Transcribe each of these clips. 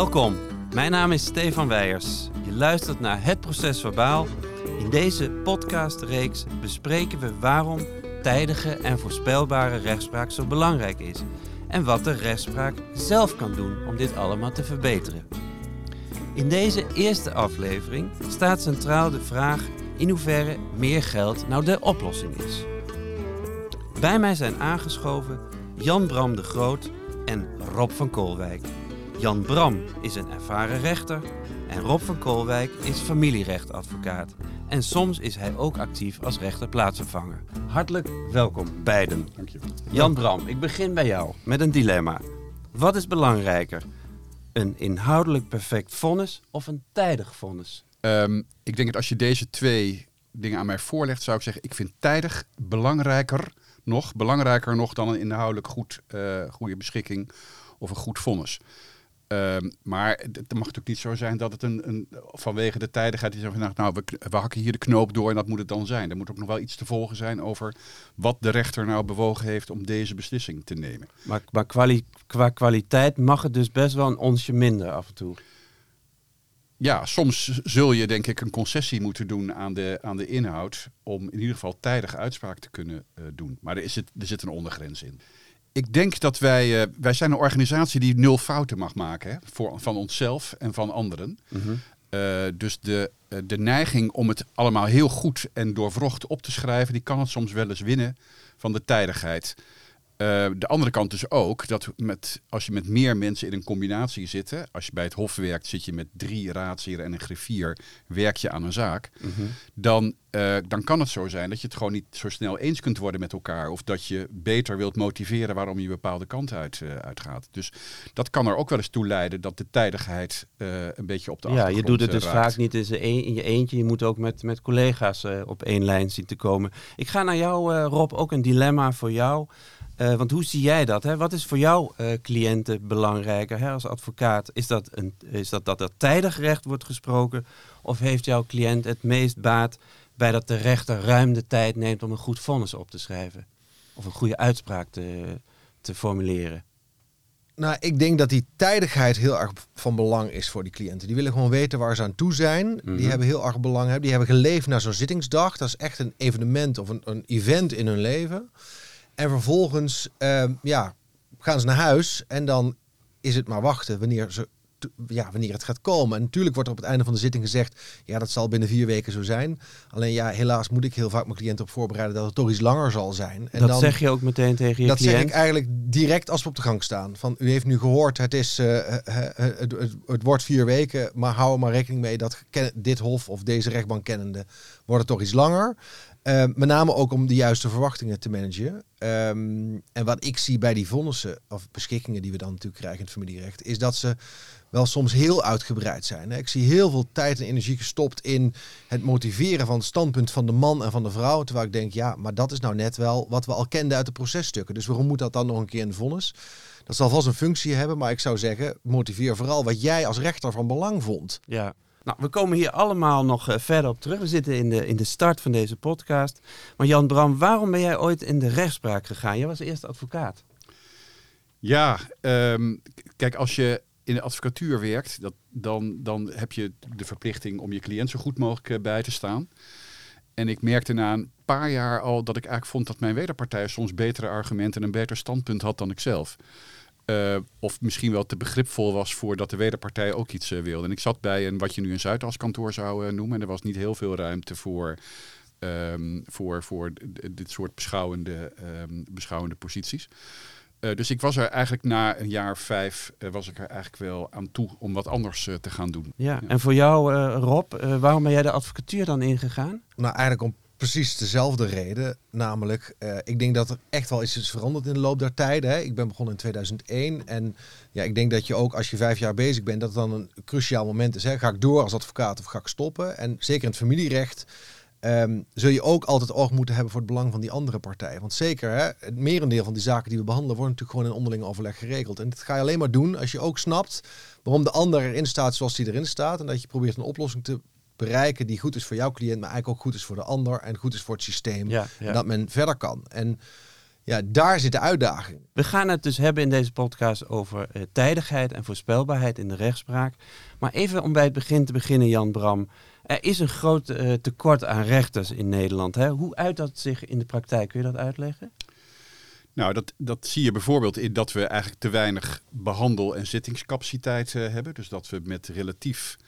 Welkom, mijn naam is Stefan Weijers. Je luistert naar Het Proces Verbaal. In deze podcastreeks bespreken we waarom tijdige en voorspelbare rechtspraak zo belangrijk is. En wat de rechtspraak zelf kan doen om dit allemaal te verbeteren. In deze eerste aflevering staat centraal de vraag in hoeverre meer geld nou de oplossing is. Bij mij zijn aangeschoven Jan Bram de Groot en Rob van Koolwijk. Jan Bram is een ervaren rechter en Rob van Koolwijk is familierechtadvocaat. En soms is hij ook actief als rechterplaatsvervanger. Hartelijk welkom beiden. Dank je. Jan Bram, ik begin bij jou met een dilemma. Wat is belangrijker? Een inhoudelijk perfect vonnis of een tijdig vonnis? Ik denk dat als je deze twee dingen aan mij voorlegt, zou ik zeggen, ik vind tijdig belangrijker nog dan een inhoudelijk goede beschikking of een goed vonnis. Maar het mag natuurlijk niet zo zijn dat het vanwege de tijdigheid is van, nou, we hakken hier de knoop door en dat moet het dan zijn. Er moet ook nog wel iets te volgen zijn over wat de rechter nou bewogen heeft om deze beslissing te nemen. Maar qua kwaliteit mag het dus best wel een onsje minder af en toe. Ja, soms zul je denk ik een concessie moeten doen aan de inhoud om in ieder geval tijdig uitspraak te kunnen doen. Maar er zit een ondergrens in. Ik denk dat wij zijn een organisatie die 0 fouten mag maken, hè, van onszelf en van anderen. Mm-hmm. Dus de neiging om het allemaal heel goed en doorwrocht op te schrijven, die kan het soms wel eens winnen van de tijdigheid. De andere kant dus ook, dat als je met meer mensen in een combinatie zit, als je bij het hof werkt, zit je met 3 raadsheren en een griffier, werk je aan een zaak, mm-hmm. Dan kan het zo zijn dat je het gewoon niet zo snel eens kunt worden met elkaar, of dat je beter wilt motiveren waarom je een bepaalde kant uitgaat. Dus dat kan er ook wel eens toe leiden dat de tijdigheid een beetje op de achtergrond Ja, je doet het dus raakt. vaak niet in je eentje, je moet ook met collega's op één lijn zien te komen. Ik ga naar jou, Rob, ook een dilemma voor jou. Want hoe zie jij dat? Hè? Wat is voor jouw cliënten belangrijker, hè, als advocaat? Is dat er tijdig recht wordt gesproken? Of heeft jouw cliënt het meest baat bij dat de rechter ruim de tijd neemt om een goed vonnis op te schrijven? Of een goede uitspraak te formuleren? Nou, ik denk dat die tijdigheid heel erg van belang is voor die cliënten. Die willen gewoon weten waar ze aan toe zijn. Mm-hmm. Die hebben heel erg belang. Die hebben geleefd naar zo'n zittingsdag. Dat is echt een evenement of een event in hun leven. En vervolgens gaan ze naar huis en dan is het maar wachten wanneer het gaat komen. En natuurlijk wordt er op het einde van de zitting gezegd, ja, dat zal binnen 4 weken zo zijn. Alleen ja, helaas moet ik heel vaak mijn cliënten op voorbereiden dat het toch iets langer zal zijn. En dat zeg je ook meteen tegen je cliënt? Dat zeg ik eigenlijk direct als we op de gang staan. Van, u heeft nu gehoord, het wordt 4 weken, maar hou er maar rekening mee dat dit hof of deze rechtbank kennende wordt het toch iets langer. Met name ook om de juiste verwachtingen te managen. En wat ik zie bij die vonnissen of beschikkingen die we dan natuurlijk krijgen in het familierecht, is dat ze wel soms heel uitgebreid zijn. Ik zie heel veel tijd en energie gestopt in het motiveren van het standpunt van de man en van de vrouw. Terwijl ik denk, ja, maar dat is nou net wel wat we al kenden uit de processtukken. Dus waarom moet dat dan nog een keer in de vonnis? Dat zal vast een functie hebben, maar ik zou zeggen, motiveer vooral wat jij als rechter van belang vond. Ja. Nou, we komen hier allemaal nog verder op terug. We zitten in de start van deze podcast. Maar Jan Bram, waarom ben jij ooit in de rechtspraak gegaan? Jij was eerst advocaat. Ja, kijk, als je in de advocatuur werkt, dan heb je de verplichting om je cliënt zo goed mogelijk bij te staan. En ik merkte na een paar jaar al dat ik eigenlijk vond dat mijn wederpartij soms betere argumenten en een beter standpunt had dan ik zelf. Of misschien wel te begripvol was voor dat de wederpartij ook iets wilde. En ik zat bij wat je nu een Zuidaskantoor zou noemen. En er was niet heel veel ruimte voor dit soort beschouwende posities. Dus ik was er eigenlijk na een jaar of 5 was ik er eigenlijk wel aan toe om wat anders te gaan doen. Ja. En voor jou, Rob, waarom ben jij de advocatuur dan ingegaan? Nou, eigenlijk om precies dezelfde reden. Namelijk, ik denk dat er echt wel iets is veranderd in de loop der tijden. Hè. Ik ben begonnen in 2001. En ja, ik denk dat je ook als je 5 jaar bezig bent, dat het dan een cruciaal moment is. Hè. Ga ik door als advocaat of ga ik stoppen? En zeker in het familierecht zul je ook altijd oog moeten hebben voor het belang van die andere partij. Want zeker, hè, het merendeel van die zaken die we behandelen worden natuurlijk gewoon in onderling overleg geregeld. En dat ga je alleen maar doen als je ook snapt waarom de ander erin staat zoals die erin staat. En dat je probeert een oplossing te bereiken die goed is voor jouw cliënt, maar eigenlijk ook goed is voor de ander en goed is voor het systeem. Ja. En dat men verder kan. En Ja, daar zit de uitdaging. We gaan het dus hebben in deze podcast over tijdigheid en voorspelbaarheid in de rechtspraak. Maar even om bij het begin te beginnen, Jan Bram. Er is een groot tekort aan rechters in Nederland. Hè? Hoe uit dat zich in de praktijk? Kun je dat uitleggen? Nou, dat zie je bijvoorbeeld in dat we eigenlijk te weinig behandel- en zittingscapaciteit hebben. Dus dat we met relatief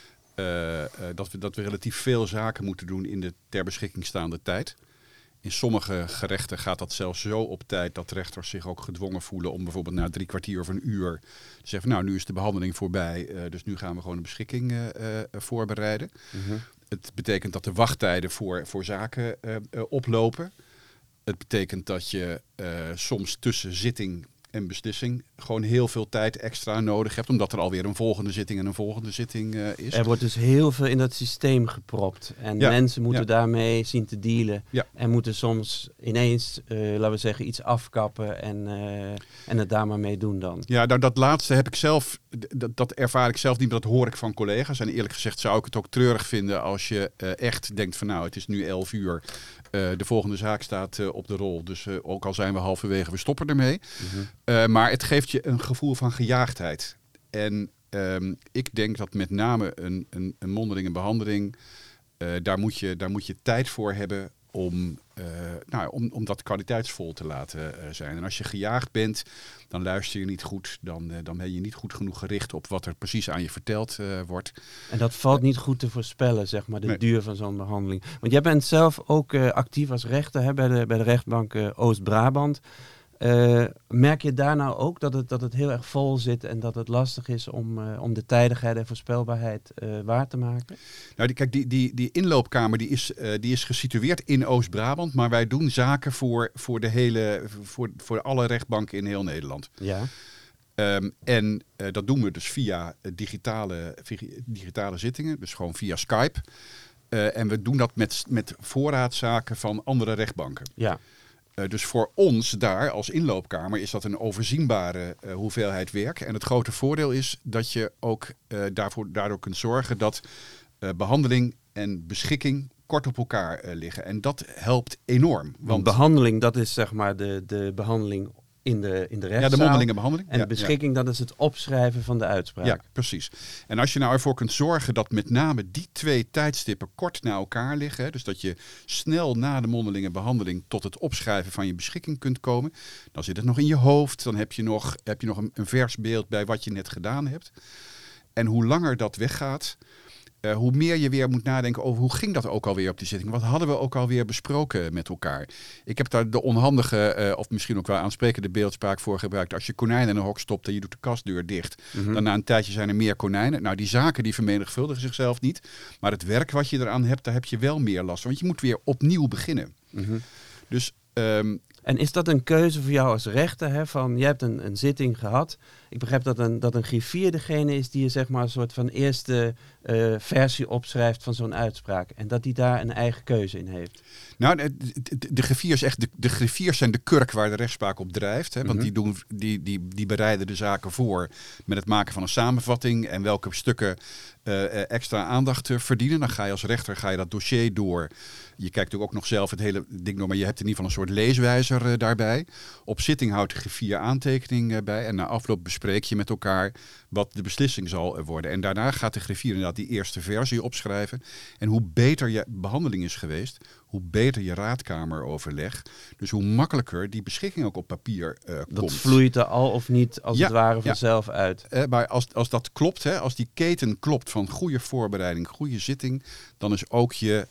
veel zaken moeten doen in de ter beschikking staande tijd. In sommige gerechten gaat dat zelfs zo op tijd dat rechters zich ook gedwongen voelen om bijvoorbeeld na 3 kwartier of een uur te zeggen, nou, nu is de behandeling voorbij, dus nu gaan we gewoon een beschikking voorbereiden. Mm-hmm. Het betekent dat de wachttijden voor zaken oplopen. Het betekent dat je soms tussen zitting en beslissing gewoon heel veel tijd extra nodig hebt, omdat er alweer een volgende zitting is. Er wordt dus heel veel in dat systeem gepropt. En mensen moeten daarmee zien te dealen. Ja. En moeten soms ineens, laten we zeggen, iets afkappen en het daar maar mee doen dan. Ja, nou, dat laatste heb ik zelf, dat ervaar ik zelf niet, maar dat hoor ik van collega's. En eerlijk gezegd zou ik het ook treurig vinden als je echt denkt van nou, het is nu 11 uur. De volgende zaak staat op de rol. Dus ook al zijn we halverwege, we stoppen ermee. Mm-hmm. Maar het geeft je een gevoel van gejaagdheid. En ik denk dat met name een mondelinge behandeling, daar moet je tijd voor hebben om dat kwaliteitsvol te laten zijn. En als je gejaagd bent, dan luister je niet goed. Dan ben je niet goed genoeg gericht op wat er precies aan je verteld wordt. En dat valt niet goed te voorspellen, zeg maar, de duur van zo'n behandeling. Want jij bent zelf ook actief als rechter, hè, bij de rechtbank Oost-Brabant. Merk je daar nou ook dat het heel erg vol zit en dat het lastig is om de tijdigheid en voorspelbaarheid waar te maken? Nou, die inloopkamer die is gesitueerd in Oost-Brabant, maar wij doen zaken voor alle rechtbanken in heel Nederland. Ja. Dat doen we dus via digitale zittingen, dus gewoon via Skype. En we doen dat met voorraadzaken van andere rechtbanken. Ja. Dus voor ons daar als inloopkamer is dat een overzienbare hoeveelheid werk. En het grote voordeel is dat je ook daardoor kunt zorgen dat behandeling en beschikking kort op elkaar liggen. En dat helpt enorm. Want behandeling, dat is zeg maar de behandeling in de rechtszaal. Ja, de mondelinge behandeling. En de beschikking, dat is het opschrijven van de uitspraak. Ja, precies. En als je nou ervoor kunt zorgen dat met name die 2 tijdstippen kort na elkaar liggen, dus dat je snel na de mondelinge behandeling tot het opschrijven van je beschikking kunt komen, dan zit het nog in je hoofd, dan heb je nog een vers beeld bij wat je net gedaan hebt. En hoe langer dat weggaat, hoe meer je weer moet nadenken over hoe ging dat ook alweer op die zitting. Wat hadden we ook alweer besproken met elkaar. Ik heb daar de onhandige of misschien ook wel aansprekende beeldspraak voor gebruikt. Als je konijnen in een hok stopt en je doet de kastdeur dicht. Mm-hmm. Dan na een tijdje zijn er meer konijnen. Nou, die zaken die vermenigvuldigen zichzelf niet. Maar het werk wat je eraan hebt, daar heb je wel meer last van. Want je moet weer opnieuw beginnen. Mm-hmm. Dus en is dat een keuze voor jou als rechter? Hè? Van, jij hebt een zitting gehad. Ik begrijp dat een griffier degene is die je zeg maar een soort van eerste versie opschrijft van zo'n uitspraak. En dat die daar een eigen keuze in heeft. Nou, de griffier is echt de griffiers zijn de kurk waar de rechtspraak op drijft. Hè? Want die bereiden de zaken voor met het maken van een samenvatting en welke stukken extra aandacht verdienen. Dan ga je als rechter dat dossier door. Je kijkt natuurlijk ook nog zelf het hele ding door, maar je hebt in ieder geval een soort leeswijzer daarbij. Op zitting houdt de griffier aantekening bij en na afloop bespreek je met elkaar wat de beslissing zal worden. En daarna gaat de griffier inderdaad die eerste versie opschrijven. En hoe beter je behandeling is geweest, hoe beter je raadkameroverleg. Dus hoe makkelijker die beschikking ook op papier komt. Dat vloeit er al of niet als het ware vanzelf uit. Maar als dat klopt, hè, als die keten klopt van goede voorbereiding, goede zitting, dan is ook je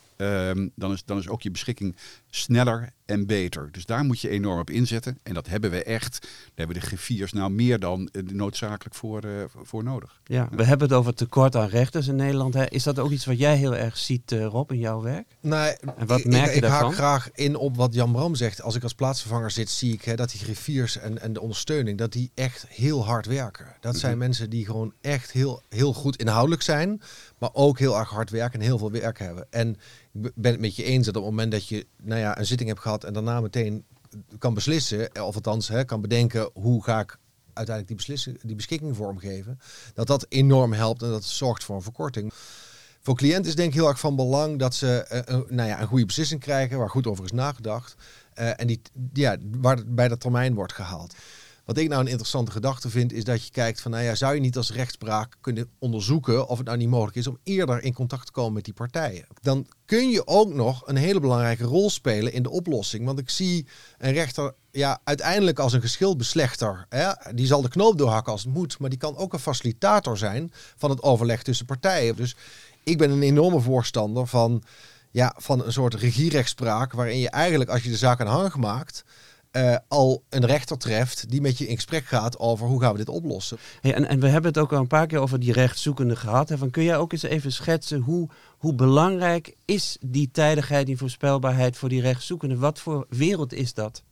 beschikking sneller en beter. Dus daar moet je enorm op inzetten. En dat hebben we echt. Daar hebben de griffiers nou meer dan noodzakelijk voor nodig. Ja, we hebben het over tekort aan rechters in Nederland. Hè. Is dat ook iets wat jij heel erg ziet, Rob, in jouw werk? Nee, en wat merk je daarvan? Ik haak graag in op wat Jan Bram zegt. Als ik als plaatsvervanger zit, zie ik dat die griffiers en de ondersteuning, dat die echt heel hard werken. Dat zijn mensen die gewoon echt heel, heel goed inhoudelijk zijn, maar ook heel erg hard werken en heel veel werk hebben. En ik ben het met je eens dat op het moment dat je een zitting hebt gehad en daarna meteen kan beslissen, of althans kan bedenken hoe ga ik uiteindelijk die beschikking vormgeven, dat enorm helpt en dat zorgt voor een verkorting. Voor cliënten is denk ik heel erg van belang dat ze een goede beslissing krijgen, waar goed over is nagedacht. Waarbij dat termijn wordt gehaald. Wat ik nou een interessante gedachte vind, is dat je kijkt van, zou je niet als rechtspraak kunnen onderzoeken of het nou niet mogelijk is om eerder in contact te komen met die partijen. Dan kun je ook nog een hele belangrijke rol spelen in de oplossing. Want ik zie een rechter uiteindelijk als een geschilbeslechter. Die zal de knoop doorhakken als het moet, maar die kan ook een facilitator zijn van het overleg tussen partijen. Dus ik ben een enorme voorstander van een soort regierechtspraak, waarin je eigenlijk, als je de zaak aan hangen maakt, al een rechter treft die met je in gesprek gaat over hoe gaan we dit oplossen. Hey, en we hebben het ook al een paar keer over die rechtszoekende gehad. Hè, kun jij ook eens even schetsen hoe belangrijk is die tijdigheid, die voorspelbaarheid voor die rechtszoekende? Wat voor wereld is dat?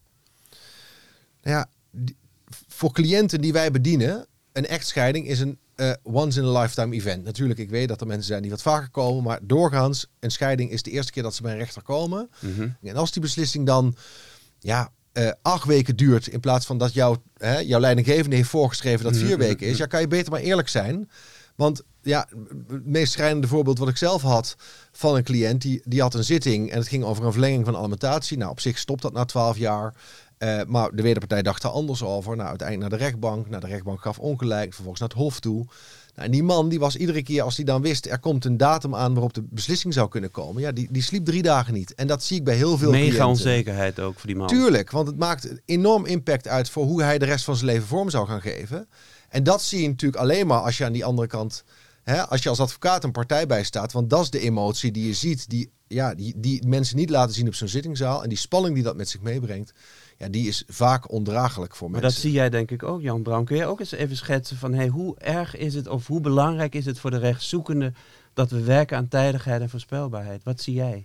Voor cliënten die wij bedienen, een echtscheiding is een once in a lifetime event. Natuurlijk, ik weet dat er mensen zijn die wat vaker komen, maar doorgaans, een scheiding is de eerste keer dat ze bij een rechter komen. Mm-hmm. En als die beslissing dan 8 weken duurt, in plaats van dat jouw leidinggevende heeft voorgeschreven dat 4 weken is, kan je beter maar eerlijk zijn. Want het meest schrijnende voorbeeld wat ik zelf had van een cliënt, die had een zitting en het ging over een verlenging van alimentatie. Nou, op zich stopt dat na 12 jaar. Maar de wederpartij dacht er anders over. Nou, uiteindelijk naar de rechtbank. Nou, de rechtbank gaf ongelijk. Vervolgens naar het hof toe. Nou, en die man die was iedere keer als hij dan wist, er komt een datum aan waarop de beslissing zou kunnen komen. Die sliep 3 dagen niet. En dat zie ik bij heel veel cliënten. Mega onzekerheid ook voor die man. Tuurlijk, want het maakt enorm impact uit voor hoe hij de rest van zijn leven vorm zou gaan geven. En dat zie je natuurlijk alleen maar als je aan die andere kant, als je als advocaat een partij bijstaat. Want dat is de emotie die je ziet, die mensen niet laten zien op zo'n zittingzaal. En die spanning die dat met zich meebrengt, die is vaak ondraaglijk voor mensen. Maar dat zie jij denk ik ook, Jan Braun. Kun jij ook eens even schetsen van hoe erg is het of hoe belangrijk is het voor de rechtszoekende dat we werken aan tijdigheid en voorspelbaarheid? Wat zie jij?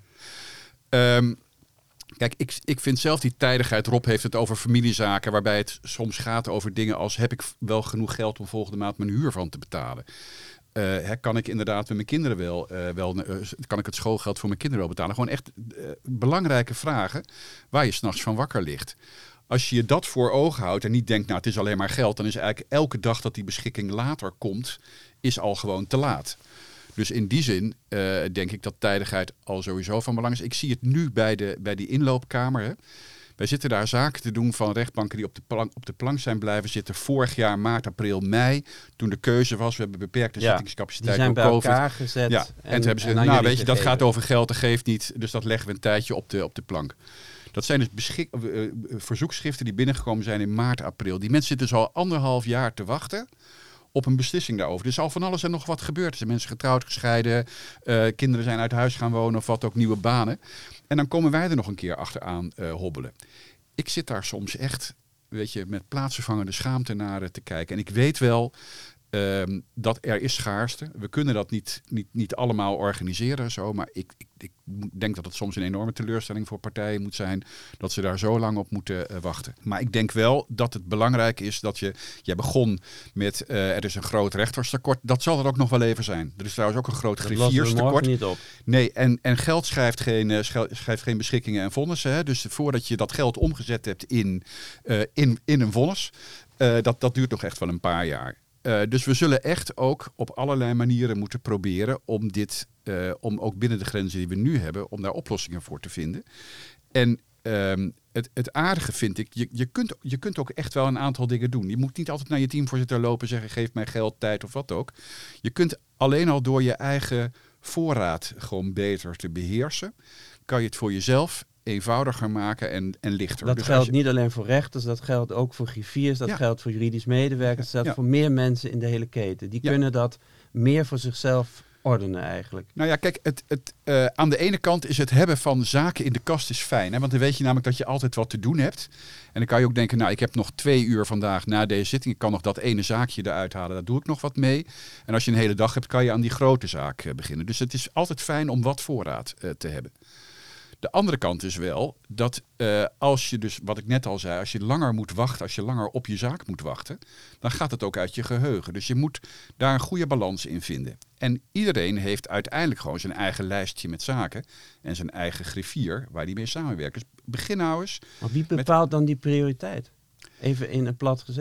Kijk, ik vind zelf die tijdigheid, Rob heeft het over familiezaken, waarbij het soms gaat over dingen als, heb ik wel genoeg geld om volgende maand mijn huur van te betalen? Kan ik inderdaad met mijn kinderen kan ik het schoolgeld voor mijn kinderen wel betalen? Gewoon echt belangrijke vragen waar je 's nachts van wakker ligt. Als je je dat voor ogen houdt en niet denkt, nou het is alleen maar geld, dan is eigenlijk elke dag dat die beschikking later komt, is al gewoon te laat. Dus in die zin denk ik dat tijdigheid al sowieso van belang is. Ik zie het nu bij die inloopkamer. Hè. Wij zitten daar zaken te doen van rechtbanken die op de plank zijn blijven zitten. Vorig jaar, maart, april, mei. Toen de keuze was, we hebben beperkte zittingscapaciteit. Die zijn bij elkaar gezet. Ja, en toen hebben ze gezegd, weet je, dat gaat over geld, dat geeft niet. Dus dat leggen we een tijdje op de plank. Dat zijn dus verzoekschriften die binnengekomen zijn in maart, april. Die mensen zitten dus al 1,5 jaar te wachten op een beslissing daarover. Er is al van alles en nog wat gebeurd. Er zijn mensen getrouwd, gescheiden, kinderen zijn uit huis gaan wonen of wat ook, nieuwe banen. En dan komen wij er nog een keer achteraan hobbelen. Ik zit daar soms echt, met plaatsvervangende schaamte naar te kijken. En ik weet wel dat er is schaarste. We kunnen dat niet allemaal organiseren zo, maar ik denk dat het soms een enorme teleurstelling voor partijen moet zijn dat ze daar zo lang op moeten wachten. Maar ik denk wel dat het belangrijk is dat jij begon met er is een groot rechterstekort. Dat zal er ook nog wel even zijn. Er is trouwens ook een groot griffierstekort. Niet op. Nee, en geld schrijft geen beschikkingen en vonnissen. Hè? Dus voordat je dat geld omgezet hebt in een vonnis, dat duurt nog echt wel een paar jaar. Dus we zullen echt ook op allerlei manieren moeten proberen om dit, om ook binnen de grenzen die we nu hebben, om daar oplossingen voor te vinden. En het aardige vind ik, je kunt ook echt wel een aantal dingen doen. Je moet niet altijd naar je teamvoorzitter lopen en zeggen, geef mij geld, tijd of wat ook. Je kunt alleen al door je eigen voorraad gewoon beter te beheersen, kan je het voor jezelf eenvoudiger maken en lichter. Dat geldt niet alleen voor rechters, dat geldt ook voor griffiers, dat geldt voor juridisch medewerkers, dat geldt voor meer mensen in de hele keten. Die kunnen dat meer voor zichzelf ordenen eigenlijk. Nou ja, kijk, aan de ene kant is het hebben van zaken in de kast is fijn. Hè? Want dan weet je namelijk dat je altijd wat te doen hebt. En dan kan je ook denken, nou, ik heb nog 2 uur vandaag na deze zitting. Ik kan nog dat ene zaakje eruit halen. Daar doe ik nog wat mee. En als je een hele dag hebt, kan je aan die grote zaak beginnen. Dus het is altijd fijn om wat voorraad te hebben. De andere kant is wel dat als je dus, wat ik net al zei, als je langer moet wachten, als je langer op je zaak moet wachten, dan gaat het ook uit je geheugen. Dus je moet daar een goede balans in vinden. En iedereen heeft uiteindelijk gewoon zijn eigen lijstje met zaken en zijn eigen griffier waar die mee samenwerkt. Dus begin nou eens. Maar wie bepaalt dan die prioriteit? Even in het plat gezegd.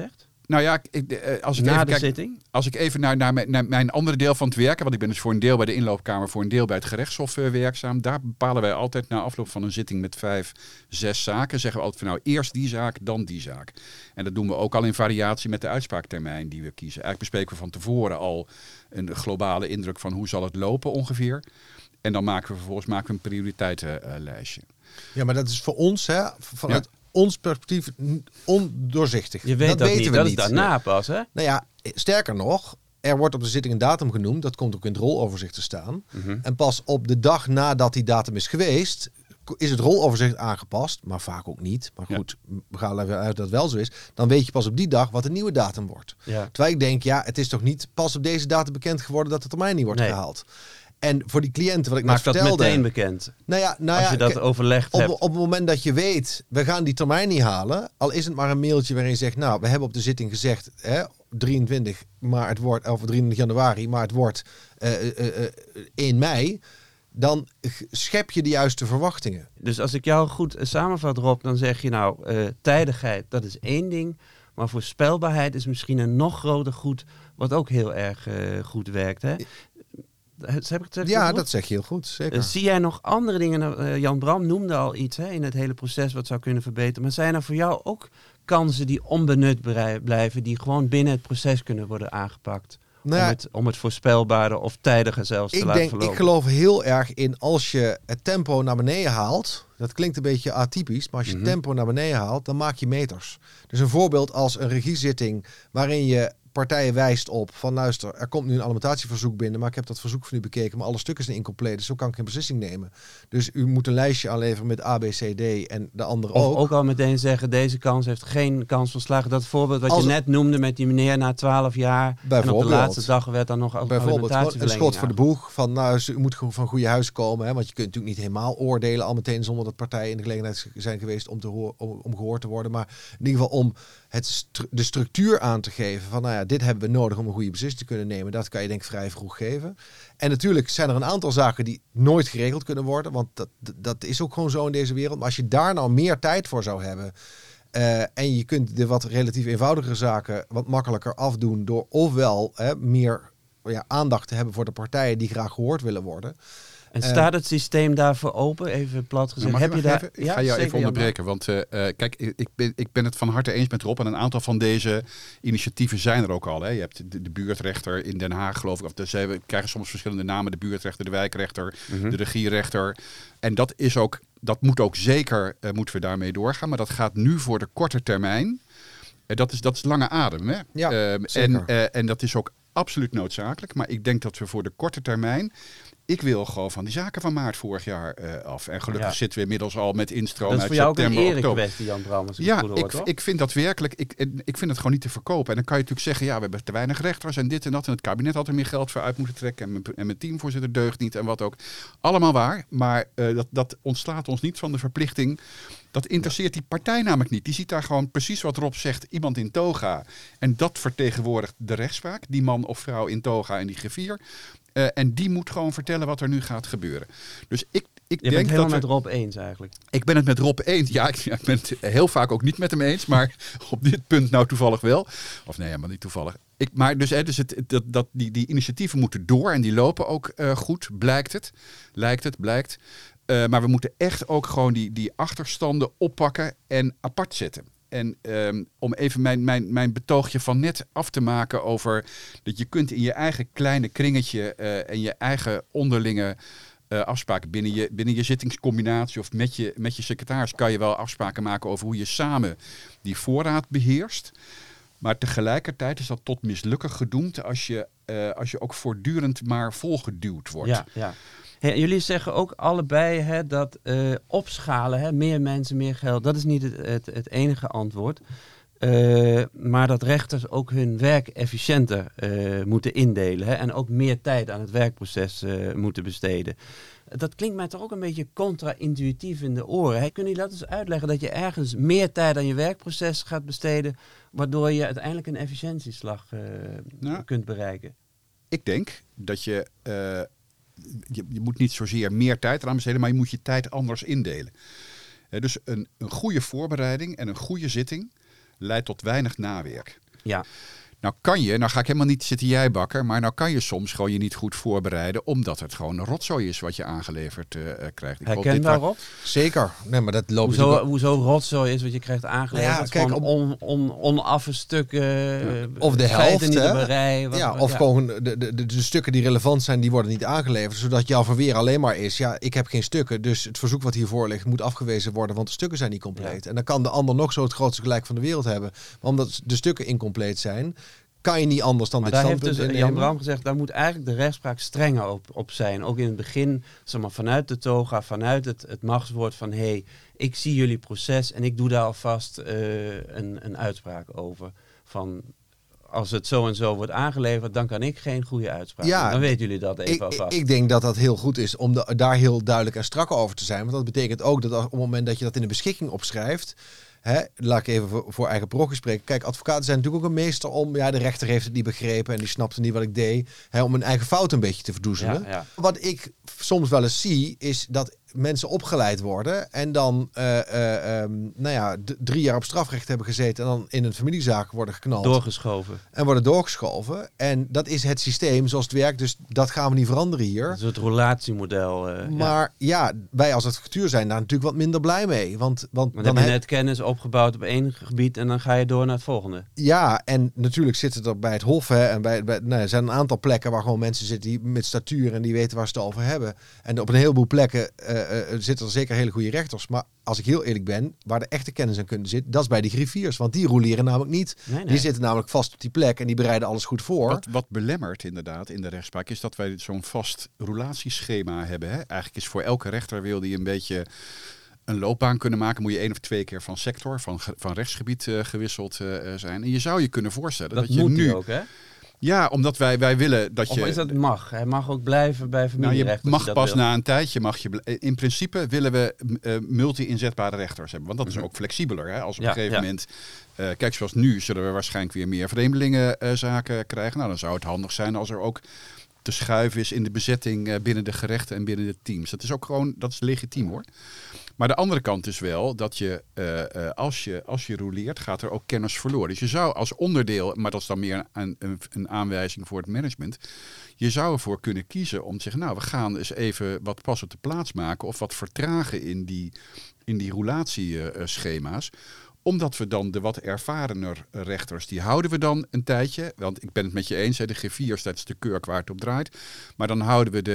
Nou ja, als ik Na even de kijk, zitting? als ik even naar mijn andere deel van het werken, want ik ben dus voor een deel bij de inloopkamer, voor een deel bij het gerechtshof werkzaam. Daar bepalen wij altijd na afloop van een zitting met 5, 6 zaken. Zeggen we altijd van nou eerst die zaak, dan die zaak. En dat doen we ook al in variatie met de uitspraaktermijn die we kiezen. Eigenlijk bespreken we van tevoren al een globale indruk van hoe zal het lopen ongeveer. En dan maken we vervolgens een prioriteitenlijstje. Ja, maar dat is voor ons, vanuit ons perspectief, ondoorzichtig. Je weet dat weten niet. we Dat niet. is daarna pas, hè? Nou ja, sterker nog, er wordt op de zitting een datum genoemd. Dat komt ook in het roloverzicht te staan. En pas op de dag nadat die datum is geweest, is het roloverzicht aangepast. Maar vaak ook niet. Maar goed, we gaan even uit dat het wel zo is. Dan weet je pas op die dag wat de nieuwe datum wordt. Ja. Terwijl ik denk, het is toch niet pas op deze datum bekend geworden dat de termijn niet wordt gehaald. En voor die cliënten, wat ik net Maak dat vertelde... meteen bekend. Als je dat overlegd hebt. Op het moment dat je weet, we gaan die termijn niet halen. Al is het maar een mailtje waarin je zegt, nou, we hebben op de zitting gezegd, 23 januari, maar het wordt 1 mei. Dan schep je de juiste verwachtingen. Dus als ik jou goed samenvat, Rob, dan zeg je nou, tijdigheid, dat is één ding. Maar voorspelbaarheid is misschien een nog groter goed, wat ook heel erg goed werkt, hè? Heb ik het Ja, goed? dat zeg je heel goed, zeker. Zie jij nog andere dingen? Jan Bram noemde al iets in het hele proces wat zou kunnen verbeteren. Maar zijn er voor jou ook kansen die onbenut blijven, die gewoon binnen het proces kunnen worden aangepakt? Om het voorspelbaarder of tijdiger zelfs te laten verlopen? Ik geloof heel erg in als je het tempo naar beneden haalt. Dat klinkt een beetje atypisch, maar als je het tempo naar beneden haalt, dan maak je meters. Dus een voorbeeld als een regiezitting waarin je partijen wijst op van luister, er komt nu een alimentatieverzoek binnen, maar ik heb dat verzoek van u bekeken, maar alle stukken zijn incompleet, dus zo kan ik geen beslissing nemen. Dus u moet een lijstje aanleveren met A, B, C, D en de andere ook. Of ook al meteen zeggen, deze kans heeft geen kans van slagen. Dat voorbeeld wat je net noemde met die meneer na 12 jaar. En op de laatste dag werd dan nog bijvoorbeeld een schot voor de boeg van nou, u moet van goede huis komen. Hè, want je kunt natuurlijk niet helemaal oordelen al meteen zonder dat partijen in de gelegenheid zijn geweest om gehoord te worden. Maar in ieder geval om de structuur aan te geven van nou ja, dit hebben we nodig om een goede beslissing te kunnen nemen. Dat kan je denk ik vrij vroeg geven. En natuurlijk zijn er een aantal zaken die nooit geregeld kunnen worden. Want dat is ook gewoon zo in deze wereld. Maar als je daar nou meer tijd voor zou hebben. En je kunt de wat relatief eenvoudigere zaken wat makkelijker afdoen. Door ofwel meer aandacht te hebben voor de partijen die graag gehoord willen worden. En staat het systeem daarvoor open? Even plat gezegd. Heb je daar? Ik ga jou even onderbreken. Want kijk, ik ben het van harte eens met Rob. En een aantal van deze initiatieven zijn er ook al. Hè. Je hebt de buurtrechter in Den Haag, geloof ik. Of we krijgen soms verschillende namen. De buurtrechter, de wijkrechter, de regierechter. En dat moet ook zeker, moeten we daarmee doorgaan. Maar dat gaat nu voor de korte termijn. Dat is lange adem. Hè? Ja, en dat is ook absoluut noodzakelijk. Maar ik denk dat we voor de korte termijn... Ik wil gewoon van die zaken van maart vorig jaar af. En gelukkig zitten we inmiddels al met instroom uit september, oktober. Dat is voor jou ook een erekwestie, Jan Bram, als ik het goed hoor, ik vind dat werkelijk... Ik vind het gewoon niet te verkopen. En dan kan je natuurlijk zeggen... Ja, we hebben te weinig rechters en dit en dat. En het kabinet had er meer geld voor uit moeten trekken. En mijn teamvoorzitter deugt niet en wat ook. Allemaal waar. Maar dat ontslaat ons niet van de verplichting... Dat interesseert die partij namelijk niet. Die ziet daar gewoon precies wat Rob zegt. Iemand in toga. En dat vertegenwoordigt de rechtspraak. Die man of vrouw in toga en die griffier. En die moet gewoon vertellen wat er nu gaat gebeuren. Dus ik denk bent het helemaal met Rob eens eigenlijk. Ik ben het met Rob eens. Ja, ik ben het heel vaak ook niet met hem eens. Maar op dit punt nou toevallig wel. Of nee, helemaal niet toevallig. Die initiatieven moeten door. En die lopen ook goed. Blijkt. Maar we moeten echt ook gewoon die achterstanden oppakken en apart zetten. En om even mijn betoogje van net af te maken over dat je kunt in je eigen kleine kringetje en je eigen onderlinge afspraken binnen je zittingscombinatie of met je secretaris kan je wel afspraken maken over hoe je samen die voorraad beheerst. Maar tegelijkertijd is dat tot mislukken gedoemd als je ook voortdurend maar volgeduwd wordt. Ja. Hey, jullie zeggen ook allebei dat opschalen, meer mensen, meer geld, dat is niet het enige antwoord. Maar dat rechters ook hun werk efficiënter moeten indelen en ook meer tijd aan het werkproces moeten besteden. Dat klinkt mij toch ook een beetje contra-intuïtief in de oren. Kunnen jullie dat eens uitleggen dat je ergens meer tijd aan je werkproces gaat besteden, waardoor je uiteindelijk een efficiëntieslag kunt bereiken? Ik denk dat je moet niet zozeer meer tijd eraan besteden, maar je moet je tijd anders indelen. Dus een goede voorbereiding en een goede zitting leidt tot weinig nawerk. Ja. Nou ga ik helemaal niet zitten jijbakken, maar nou kan je soms gewoon je niet goed voorbereiden, omdat het gewoon een rotzooi is wat je aangeleverd krijgt. Herkenbaar, Rob? Zeker. Nee, maar dat loopt Hoezo rotzooi is wat je krijgt aangeleverd? Nou ja, kijk, gewoon onaffe stukken, of de feiten helft, niet hè? op een rij. Gewoon de stukken die relevant zijn, die worden niet aangeleverd, zodat jouw verweer alleen maar is, ik heb geen stukken, dus het verzoek wat hiervoor ligt moet afgewezen worden, want de stukken zijn niet compleet. Ja. En dan kan de ander nog zo het grootste gelijk van de wereld hebben, maar omdat de stukken incompleet zijn, kan je niet anders dan maar dit daar standpunt heeft dus innemen. Jan Bram gezegd, daar moet eigenlijk de rechtspraak strenger op zijn. Ook in het begin, zeg maar, vanuit de toga, vanuit het machtswoord van ik zie jullie proces en ik doe daar alvast een uitspraak over. Van als het zo en zo wordt aangeleverd, dan kan ik geen goede uitspraak doen. Dan weten jullie dat even alvast. Ik denk dat dat heel goed is om daar heel duidelijk en strak over te zijn. Want dat betekent ook dat op het moment dat je dat in de beschikking opschrijft, laat ik even voor eigen parochie spreken. Kijk, advocaten zijn natuurlijk ook een meester om, de rechter heeft het niet begrepen en die snapte niet wat ik deed, om hun eigen fout een beetje te verdoezelen. Ja, ja. Wat ik soms wel eens zie, is dat mensen opgeleid worden en dan 3 jaar op strafrecht hebben gezeten en dan in een familiezaak worden geknald. Doorgeschoven. En dat is het systeem zoals het werkt, dus dat gaan we niet veranderen hier. Dat is het relatiemodel. Maar wij als advocatuur zijn daar natuurlijk wat minder blij mee. Want dan heb je net kennis opgebouwd op één gebied en dan ga je door naar het volgende. Ja, en natuurlijk zitten er bij het Hof en er zijn een aantal plekken waar gewoon mensen zitten die met statuur en die weten waar ze het over hebben. En op een heleboel plekken zitten er zeker hele goede rechters. Maar als ik heel eerlijk ben, waar de echte kennis aan kunnen zitten, dat is bij de griffiers. Want die roleren namelijk niet. Nee. Die zitten namelijk vast op die plek en die bereiden alles goed voor. Wat belemmert inderdaad in de rechtspraak is dat wij zo'n vast roulatieschema hebben. Hè? Eigenlijk is voor elke rechter wil die een beetje een loopbaan kunnen maken, moet je 1 of 2 keer van sector, van rechtsgebied gewisseld zijn. En je zou je kunnen voorstellen dat je moet nu ook, hè? Ja, omdat wij willen dat je... Of is dat mag? Hij mag ook blijven bij familierecht. Je mag pas na een tijdje, in principe willen we multi-inzetbare rechters hebben. Want dat is ook flexibeler. Hè? Als op een gegeven moment... kijk, zoals nu zullen we waarschijnlijk weer meer vreemdelingenzaken krijgen. Nou, dan zou het handig zijn als er ook te schuiven is in de bezetting binnen de gerechten en binnen de teams. Dat is ook gewoon, dat is legitiem hoor. Maar de andere kant is wel dat je, als je rouleert, gaat er ook kennis verloren. Dus je zou als onderdeel, maar dat is dan meer een aanwijzing voor het management, je zou ervoor kunnen kiezen om te zeggen, nou, we gaan eens even wat pas op de plaats maken of wat vertragen in die roulatieschema's. Omdat we dan de wat ervarener rechters, die houden we dan een tijdje. Want ik ben het met je eens, de griffiers, dat is de kurk waar het op draait. Maar dan houden we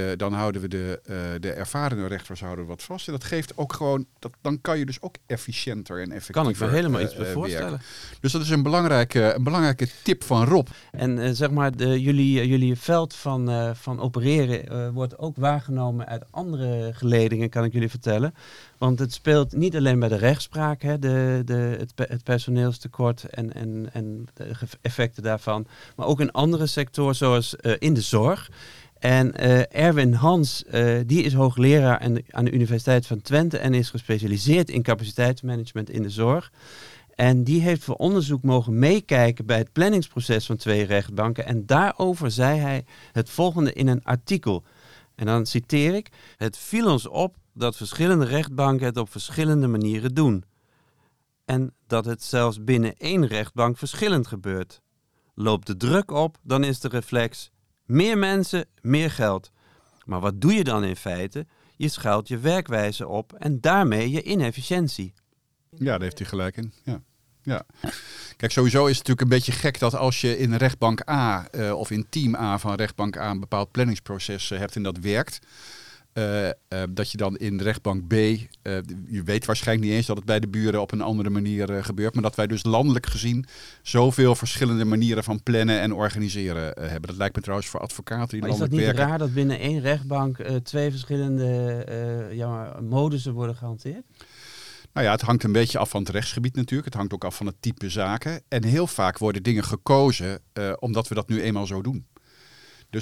de ervarene rechters houden we wat vast. En dat geeft ook gewoon, dan kan je dus ook efficiënter en effectiever kan ik me helemaal iets bij voorstellen. Dus dat is een belangrijke tip van Rob. En zeg maar, jullie veld van opereren wordt ook waargenomen uit andere geledingen, kan ik jullie vertellen. Want het speelt niet alleen bij de rechtspraak, hè, het personeelstekort en de effecten daarvan, maar ook in andere sectoren zoals in de zorg. En Erwin Hans, die is hoogleraar aan de Universiteit van Twente en is gespecialiseerd in capaciteitsmanagement in de zorg. En die heeft voor onderzoek mogen meekijken bij het planningsproces van 2 rechtbanken. En daarover zei hij het volgende in een artikel. En dan citeer ik: "Het viel ons op dat verschillende rechtbanken het op verschillende manieren doen. En dat het zelfs binnen 1 rechtbank verschillend gebeurt. Loopt de druk op, dan is de reflex: meer mensen, meer geld. Maar wat doe je dan in feite? Je schuilt je werkwijze op en daarmee je inefficiëntie." Ja, daar heeft hij gelijk in. Ja. Kijk, sowieso is het natuurlijk een beetje gek dat als je in rechtbank A of in team A van rechtbank A een bepaald planningsproces hebt en dat werkt, dat je dan in rechtbank B, je weet waarschijnlijk niet eens dat het bij de buren op een andere manier gebeurt, maar dat wij dus landelijk gezien zoveel verschillende manieren van plannen en organiseren hebben. Dat lijkt me trouwens voor advocaten die landelijk werken. Is dat niet raar dat binnen 1 rechtbank 2 verschillende modussen worden gehanteerd? Nou ja, het hangt een beetje af van het rechtsgebied natuurlijk. Het hangt ook af van het type zaken. En heel vaak worden dingen gekozen omdat we dat nu eenmaal zo doen. Dus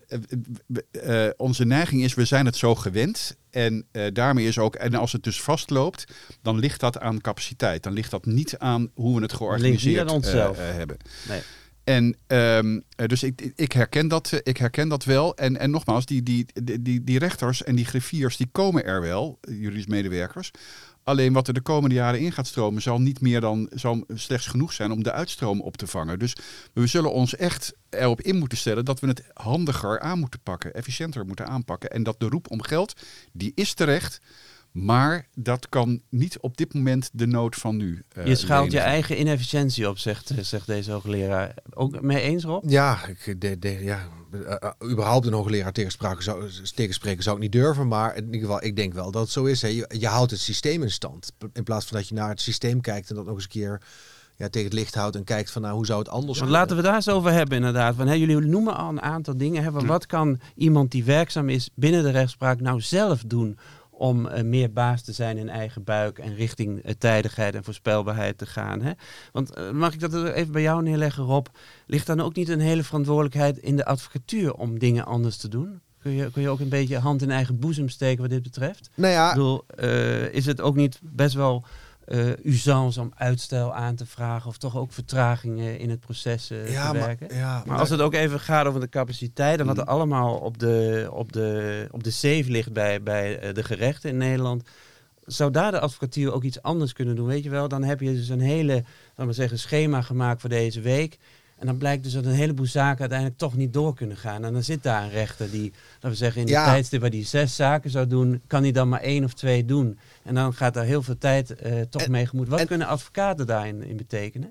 onze neiging is, we zijn het zo gewend. En daarmee is ook, en als het dus vastloopt, dan ligt dat aan capaciteit. Dan ligt dat niet aan hoe we het georganiseerd hebben. Nee. En dus ik herken dat wel. En nogmaals, die rechters en die griffiers, die komen er wel, juridisch medewerkers, Alleen wat er de komende jaren in gaat stromen zal slechts genoeg zijn om de uitstroom op te vangen. Dus we zullen ons echt erop in moeten stellen dat we het handiger aan moeten pakken, efficiënter moeten aanpakken. En dat de roep om geld, die is terecht. Maar dat kan niet op dit moment de nood van nu. Je schaalt je eigen inefficiëntie op, zegt deze hoogleraar. Ook mee eens, Rob? Ja, überhaupt een hoogleraar tegenspreken zou ik niet durven. Maar in ieder geval, ik denk wel dat het zo is. Hè. Je houdt het systeem in stand. In plaats van dat je naar het systeem kijkt en dat nog eens een keer tegen het licht houdt en kijkt van hoe zou het anders zijn. Laten we daar eens over hebben inderdaad. Jullie noemen al een aantal dingen. Wat kan iemand die werkzaam is binnen de rechtspraak nou zelf doen om meer baas te zijn in eigen buik en richting tijdigheid en voorspelbaarheid te gaan. Hè? Want mag ik dat even bij jou neerleggen, Rob? Ligt dan ook niet een hele verantwoordelijkheid in de advocatuur om dingen anders te doen? Kun je ook een beetje hand in eigen boezem steken wat dit betreft? Nou ja, ik bedoel, is het ook niet best wel usance om uitstel aan te vragen of toch ook vertragingen in het proces te werken? Maar als het ook even gaat over de capaciteit en wat er allemaal op de save ligt bij de gerechten in Nederland, zou daar de advocatuur ook iets anders kunnen doen? Weet je wel, dan heb je dus een hele, schema gemaakt voor deze week. En dan blijkt dus dat een heleboel zaken uiteindelijk toch niet door kunnen gaan. En dan zit daar een rechter die, laten we zeggen, in de tijdstip waar die 6 zaken zou doen, kan hij dan maar 1 of 2 doen. En dan gaat daar heel veel tijd toch mee gemoeid. Wat kunnen advocaten daarin betekenen?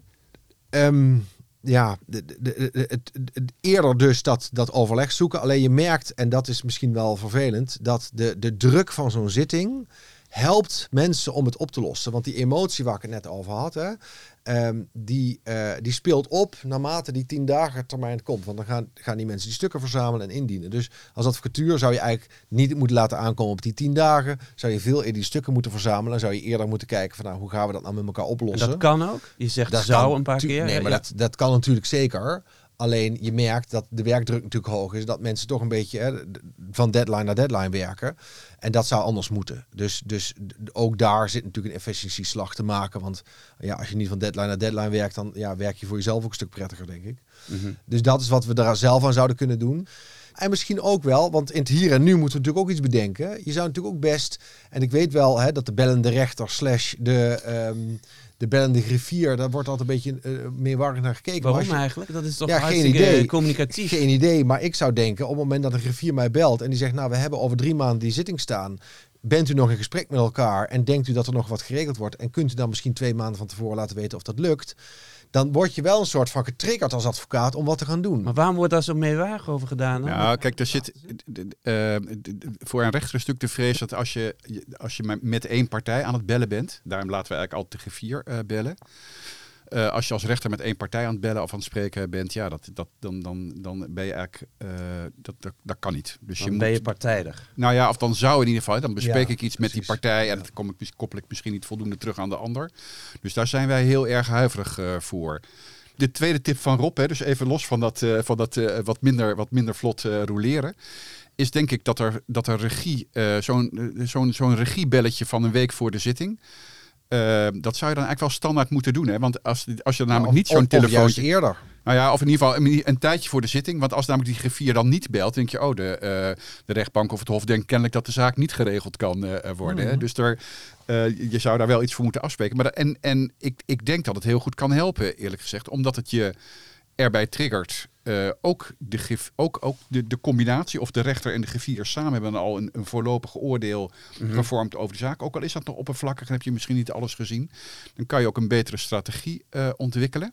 Eerder dus dat overleg zoeken. Alleen je merkt, en dat is misschien wel vervelend, dat de druk van zo'n zitting helpt mensen om het op te lossen. Want die emotie waar ik het net over had, die speelt op naarmate die 10 dagen termijn komt. Want dan gaan die mensen die stukken verzamelen en indienen. Dus als advocatuur zou je eigenlijk niet moeten laten aankomen op die 10 dagen. Zou je veel eerder die stukken moeten verzamelen. Dan zou je eerder moeten kijken van hoe gaan we dat nou met elkaar oplossen. En dat kan ook? Je zegt dat zou een paar keer. Nee, maar dat kan natuurlijk zeker. Alleen je merkt dat de werkdruk natuurlijk hoog is. Dat mensen toch een beetje van deadline naar deadline werken. En dat zou anders moeten. Dus ook daar zit natuurlijk een efficiëntieslag te maken. Want als je niet van deadline naar deadline werkt, dan werk je voor jezelf ook een stuk prettiger, denk ik. Mm-hmm. Dus dat is wat we daar zelf aan zouden kunnen doen. En misschien ook wel, want in het hier en nu moeten we natuurlijk ook iets bedenken. Je zou natuurlijk ook best, en ik weet wel dat de bellende rechter / de bellende griffier, daar wordt altijd een beetje meewarrig naar gekeken. Waarom eigenlijk? Dat is toch hartstikke communicatief. Geen idee, maar ik zou denken, op het moment dat een griffier mij belt en die zegt, we hebben over 3 maanden die zitting staan. Bent u nog in gesprek met elkaar en denkt u dat er nog wat geregeld wordt en kunt u dan misschien 2 maanden van tevoren laten weten of dat lukt? Dan word je wel een soort van getriggerd als advocaat om wat te gaan doen. Maar waarom wordt daar zo meewarig over gedaan? Dan? Nou, kijk, er zit voor een rechter een stuk de vrees dat als je met 1 partij aan het bellen bent, daarom laten we eigenlijk altijd de griffier bellen. Als je als rechter met 1 partij aan het bellen of aan het spreken bent, dan ben je eigenlijk, dat kan niet. Dus dan ben je partijdig. Nou ja, of dan zou in ieder geval, dan bespreek ik iets met die partij en dat koppel ik misschien niet voldoende terug aan de ander. Dus daar zijn wij heel erg huiverig voor. De tweede tip van Rob, dus even los van dat wat minder vlot roleren, is denk ik dat er regie, zo'n regiebelletje van een week voor de zitting, dat zou je dan eigenlijk wel standaard moeten doen. Hè? Want als je namelijk niet zo'n telefoontje eerder. Nou ja, of in ieder geval een tijdje voor de zitting. Want als namelijk die griffier dan niet belt, denk je, de rechtbank of het hof denkt kennelijk dat de zaak niet geregeld kan worden. Mm-hmm. Hè? Dus je zou daar wel iets voor moeten afspreken. Maar ik denk dat het heel goed kan helpen, eerlijk gezegd. Omdat het je erbij triggert. Ook de combinatie of de rechter en de griffier samen hebben al een voorlopig oordeel gevormd over de zaak. Ook al is dat nog oppervlakkig en heb je misschien niet alles gezien. Dan kan je ook een betere strategie ontwikkelen.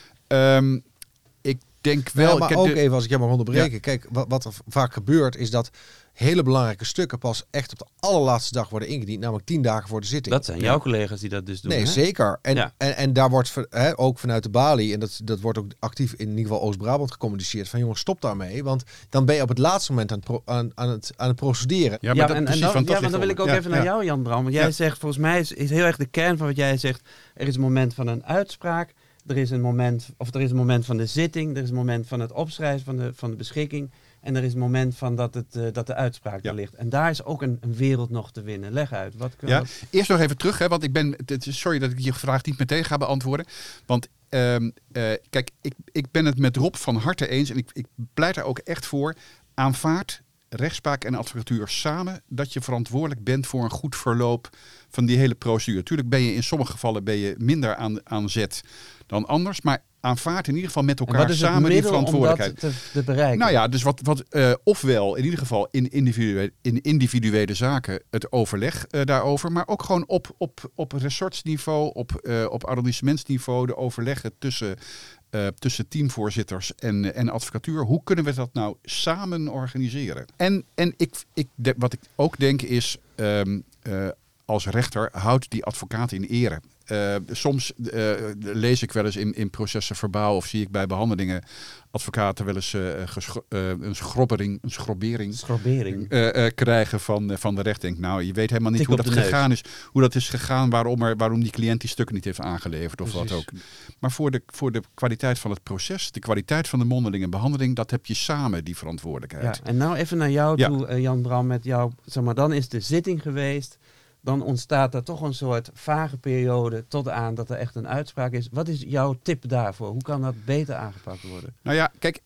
Ik denk wel... maar ook even als ik jou mag onderbreken. Ja. Kijk, wat er vaak gebeurt is dat hele belangrijke stukken pas echt op de allerlaatste dag worden ingediend. Namelijk 10 dagen voor de zitting. Dat zijn jouw collega's die dat dus doen. Nee, hè? Zeker. En daar wordt ook vanuit de balie, en dat wordt ook actief in ieder geval Oost-Brabant gecommuniceerd, van jongens, stop daarmee. Want dan ben je op het laatste moment aan het procederen. Ja, maar dan wil ik ook even naar jou, Jan Bram. Want jij zegt, volgens mij is heel erg de kern van wat jij zegt. Er is een moment van een uitspraak. Er is een moment van de zitting. Er is een moment van het opschrijven van de beschikking. En er is een moment van dat de uitspraak er ligt. En daar is ook een wereld nog te winnen. Leg uit. Eerst nog even terug, want sorry dat ik je vraag niet meteen ga beantwoorden. Want kijk, ik ben het met Rob van harte eens. En ik pleit er ook echt voor. Aanvaard rechtspraak en advocatuur samen dat je verantwoordelijk bent voor een goed verloop van die hele procedure. Tuurlijk ben je in sommige gevallen minder aan zet dan anders, maar aanvaard in ieder geval met elkaar samen die verantwoordelijkheid. Om dat te bereiken? Nou ja, dus ofwel in ieder geval in individuele zaken het overleg daarover, maar ook gewoon op ressortsniveau, op arrondissementsniveau de overleggen tussen teamvoorzitters en advocatuur. Hoe kunnen we dat nou samen organiseren? En wat ik ook denk is, als rechter houdt die advocaat in ere. Soms lees ik wel eens in processen verbaal of zie ik bij behandelingen advocaten wel eens een schrobbering krijgen van de recht. Denk, nou, je weet helemaal niet hoe dat gegaan is. Hoe dat is gegaan, waarom die cliënt die stukken niet heeft aangeleverd of wat ook. Maar voor de kwaliteit van het proces, de kwaliteit van de mondelinge behandeling, dat heb je samen, die verantwoordelijkheid. Ja, en nou even naar jou toe, Jan Bram, met jou. Zeg maar, dan is de zitting geweest. Dan ontstaat er toch een soort vage periode tot aan dat er echt een uitspraak is. Wat is jouw tip daarvoor? Hoe kan dat beter aangepakt worden? Nou ja, kijk,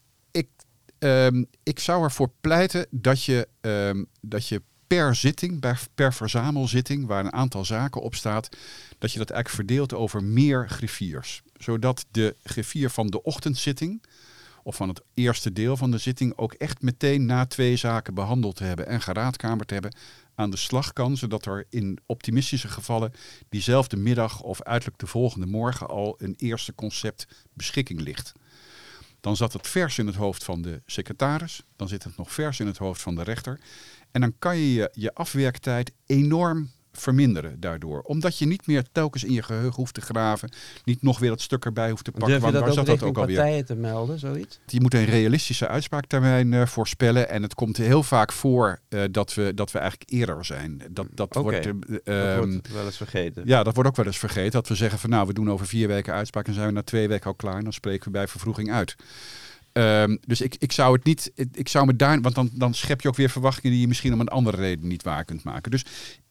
ik zou ervoor pleiten dat je per zitting, per verzamelzitting, waar een aantal zaken op staat, dat je dat eigenlijk verdeelt over meer griffiers. Zodat de griffier van de ochtendzitting of van het eerste deel van de zitting ook echt meteen na 2 zaken behandeld te hebben en geraadkamerd te hebben, aan de slag kan, zodat er in optimistische gevallen diezelfde middag of uiterlijk de volgende morgen al een eerste concept beschikking ligt. Dan zat het vers in het hoofd van de secretaris, dan zit het nog vers in het hoofd van de rechter. En dan kan je je afwerktijd enorm verminderen daardoor. Omdat je niet meer telkens in je geheugen hoeft te graven, niet nog weer dat stuk erbij hoeft te pakken. Durf je dat waar ook zat dat ook alweer? partijen te melden, zoiets? Je moet een realistische uitspraaktermijn voorspellen. En het komt heel vaak voor dat we eigenlijk eerder zijn. Dat wordt wel eens vergeten. Ja, dat wordt ook wel eens vergeten. Dat we zeggen van nou, we doen over 4 weken uitspraak en zijn we na 2 weken al klaar. En dan spreken we bij vervroeging uit. Dus ik zou het niet. Ik zou me daar. Want dan schep je ook weer verwachtingen die je misschien om een andere reden niet waar kunt maken. Dus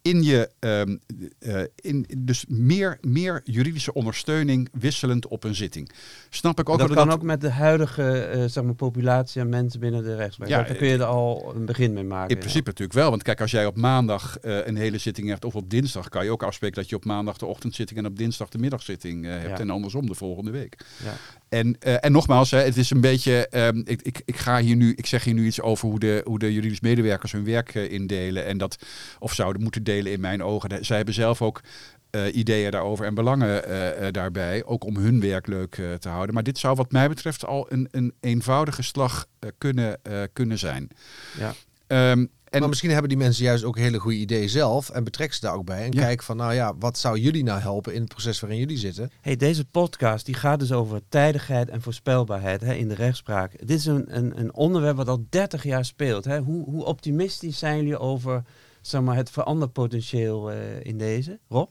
dus meer juridische ondersteuning wisselend op een zitting. Snap ik ook dat kan ook met de huidige populatie aan mensen binnen de rechtspraak. Ja, daar kun je er al een begin mee maken. In principe natuurlijk wel. Want kijk, als jij op maandag een hele zitting hebt of op dinsdag, kan je ook afspreken dat je op maandag de ochtendzitting en op dinsdag de middagzitting hebt. En andersom de volgende week. Ja. En nogmaals, het is een beetje. Ik zeg hier nu iets over hoe de juridisch medewerkers hun werk indelen. En dat of zouden moeten delen in mijn ogen. Zij hebben zelf ook ideeën daarover en belangen daarbij. Ook om hun werk leuk te houden. Maar dit zou wat mij betreft al een eenvoudige slag kunnen zijn. Ja. Maar misschien hebben die mensen juist ook hele goede ideeën zelf en betrek ze daar ook bij. En kijk van, nou ja, wat zou jullie nou helpen in het proces waarin jullie zitten? Hey, deze podcast die gaat dus over tijdigheid en voorspelbaarheid in de rechtspraak. Dit is een onderwerp wat al 30 jaar speelt. Hè? Hoe optimistisch zijn jullie over het veranderpotentieel in deze? Rob?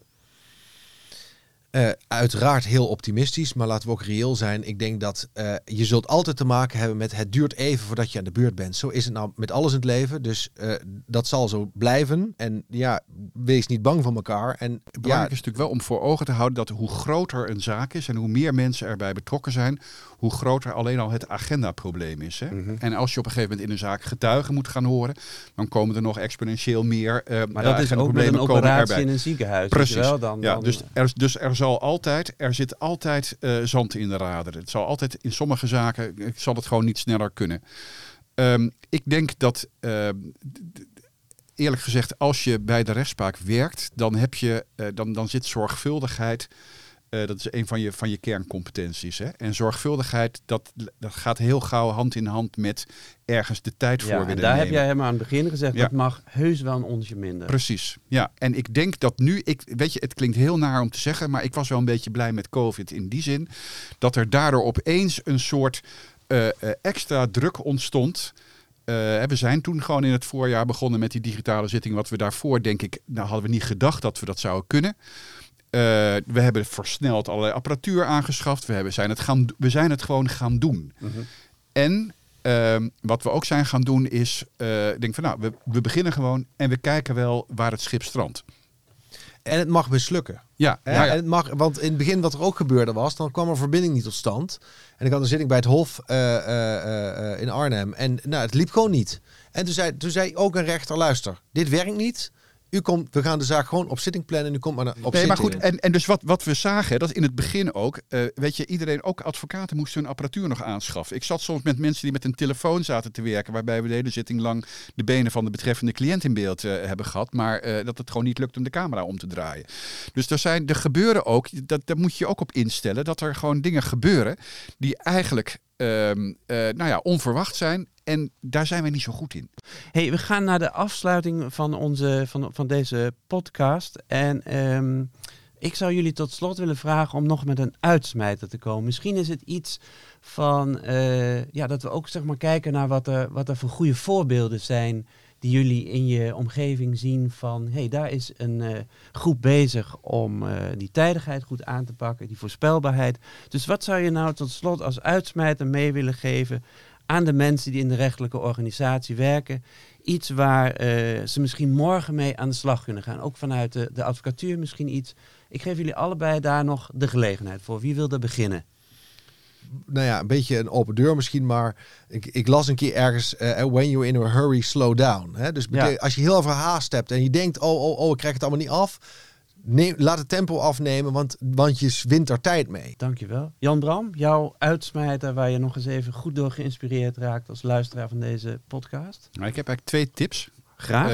Uiteraard heel optimistisch, maar laten we ook reëel zijn. Ik denk dat je zult altijd te maken hebben met het duurt even voordat je aan de beurt bent. Zo is het nou met alles in het leven. Dus dat zal zo blijven. En ja, wees niet bang voor elkaar. En belangrijk is natuurlijk wel om voor ogen te houden dat hoe groter een zaak is en hoe meer mensen erbij betrokken zijn, hoe groter alleen al het agendaprobleem is. Hè? Mm-hmm. En als je op een gegeven moment in een zaak getuigen moet gaan horen, dan komen er nog exponentieel meer maar dat is ook met een operatie in een ziekenhuis. Precies. Wel, Dus er zit altijd zand in de raderen. Het zal altijd in sommige zaken zal het gewoon niet sneller kunnen. Ik denk dat eerlijk gezegd, als je bij de rechtspraak werkt, dan heb je dan zit zorgvuldigheid. Dat is een van je kerncompetenties. Hè? En zorgvuldigheid, dat gaat heel gauw hand in hand met ergens de tijd voor willen nemen. Daar heb jij helemaal aan het begin gezegd, dat mag heus wel een onsje minder. Precies, ja. En ik denk dat nu, weet je, het klinkt heel naar om te zeggen, maar ik was wel een beetje blij met COVID in die zin, dat er daardoor opeens een soort extra druk ontstond. We zijn toen gewoon in het voorjaar begonnen met die digitale zitting, wat we daarvoor, denk ik, hadden we niet gedacht dat we dat zouden kunnen. We hebben versneld allerlei apparatuur aangeschaft. We zijn het gewoon gaan doen. Mm-hmm. En wat we ook zijn gaan doen is, denk van nou, we beginnen gewoon en we kijken wel waar het schip strandt. En het mag mislukken. Ja, Hè? ja, ja. En het mag, want in het begin wat er ook gebeurde was, dan kwam er verbinding niet tot stand. En ik had een zitting bij het Hof in Arnhem. En het liep gewoon niet. En toen zei ook een rechter, luister, dit werkt niet. We gaan de zaak gewoon op zitting plannen en u komt maar op zitting. Nee, maar goed, en dus wat we zagen, dat in het begin ook, weet je, iedereen, ook advocaten moesten hun apparatuur nog aanschaffen. Ik zat soms met mensen die met een telefoon zaten te werken, waarbij we de hele zitting lang de benen van de betreffende cliënt in beeld hebben gehad, maar dat het gewoon niet lukt om de camera om te draaien. Dus er gebeuren ook, daar moet je ook op instellen, dat er gewoon dingen gebeuren die eigenlijk onverwacht zijn. En daar zijn we niet zo goed in. Hey, we gaan naar de afsluiting van deze podcast. En ik zou jullie tot slot willen vragen om nog met een uitsmijter te komen. Misschien is het iets van dat we ook zeg maar kijken naar wat er voor goede voorbeelden zijn die jullie in je omgeving zien van, hey, daar is een groep bezig om die tijdigheid goed aan te pakken, die voorspelbaarheid. Dus wat zou je nou tot slot als uitsmijter mee willen geven aan de mensen die in de rechtelijke organisatie werken? Iets waar ze misschien morgen mee aan de slag kunnen gaan. Ook vanuit de advocatuur misschien iets. Ik geef jullie allebei daar nog de gelegenheid voor. Wie wil er beginnen? Nou ja, een beetje een open deur misschien, maar ik las een keer ergens, when you're in a hurry, slow down. Hè? Dus als je heel veel haast hebt en je denkt, ik krijg het allemaal niet af, laat het tempo afnemen, want je wint er tijd mee. Dankjewel. Jan Bram, jouw uitsmijter waar je nog eens even goed door geïnspireerd raakt als luisteraar van deze podcast? Nou, ik heb eigenlijk 2 tips. Graag.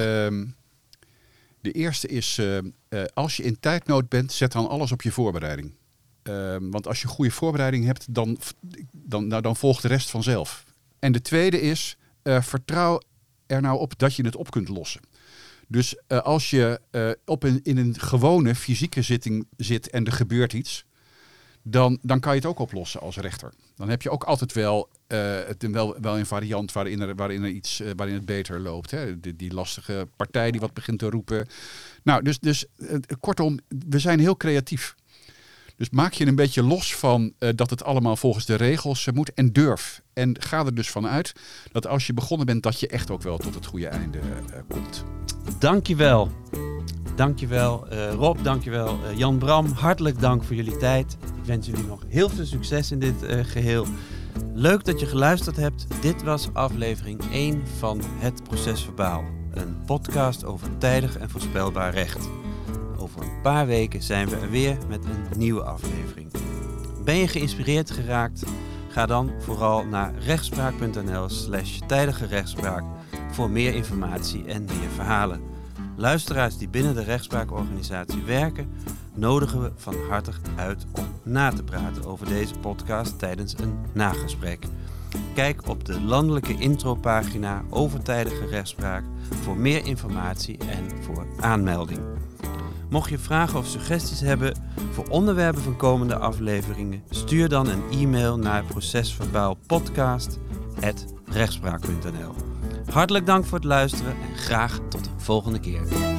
De eerste is, als je in tijdnood bent, zet dan alles op je voorbereiding. Want als je goede voorbereiding hebt, dan volgt de rest vanzelf. En de tweede is, vertrouw er nou op dat je het op kunt lossen. Dus als je in een gewone fysieke zitting zit en er gebeurt iets, dan kan je het ook oplossen als rechter. Dan heb je ook altijd wel een variant waarin het beter loopt. Hè? Die lastige partij die wat begint te roepen. Nou, dus kortom, we zijn heel creatief. Dus maak je een beetje los van dat het allemaal volgens de regels moet en durf. En ga er dus vanuit dat als je begonnen bent, dat je echt ook wel tot het goede einde komt. Dankjewel. Dankjewel Rob, dankjewel Jan Bram. Hartelijk dank voor jullie tijd. Ik wens jullie nog heel veel succes in dit geheel. Leuk dat je geluisterd hebt. Dit was aflevering 1 van Het Proces Verbaal. Een podcast over tijdig en voorspelbaar recht. Over een paar weken zijn we er weer met een nieuwe aflevering. Ben je geïnspireerd geraakt? Ga dan vooral naar rechtspraak.nl/tijdige rechtspraak voor meer informatie en meer verhalen. Luisteraars die binnen de rechtspraakorganisatie werken, nodigen we van harte uit om na te praten over deze podcast tijdens een nagesprek. Kijk op de landelijke intropagina over tijdige rechtspraak voor meer informatie en voor aanmelding. Mocht je vragen of suggesties hebben voor onderwerpen van komende afleveringen, stuur dan een e-mail naar procesverbaalpodcast@rechtspraak.nl. Hartelijk dank voor het luisteren en graag tot de volgende keer.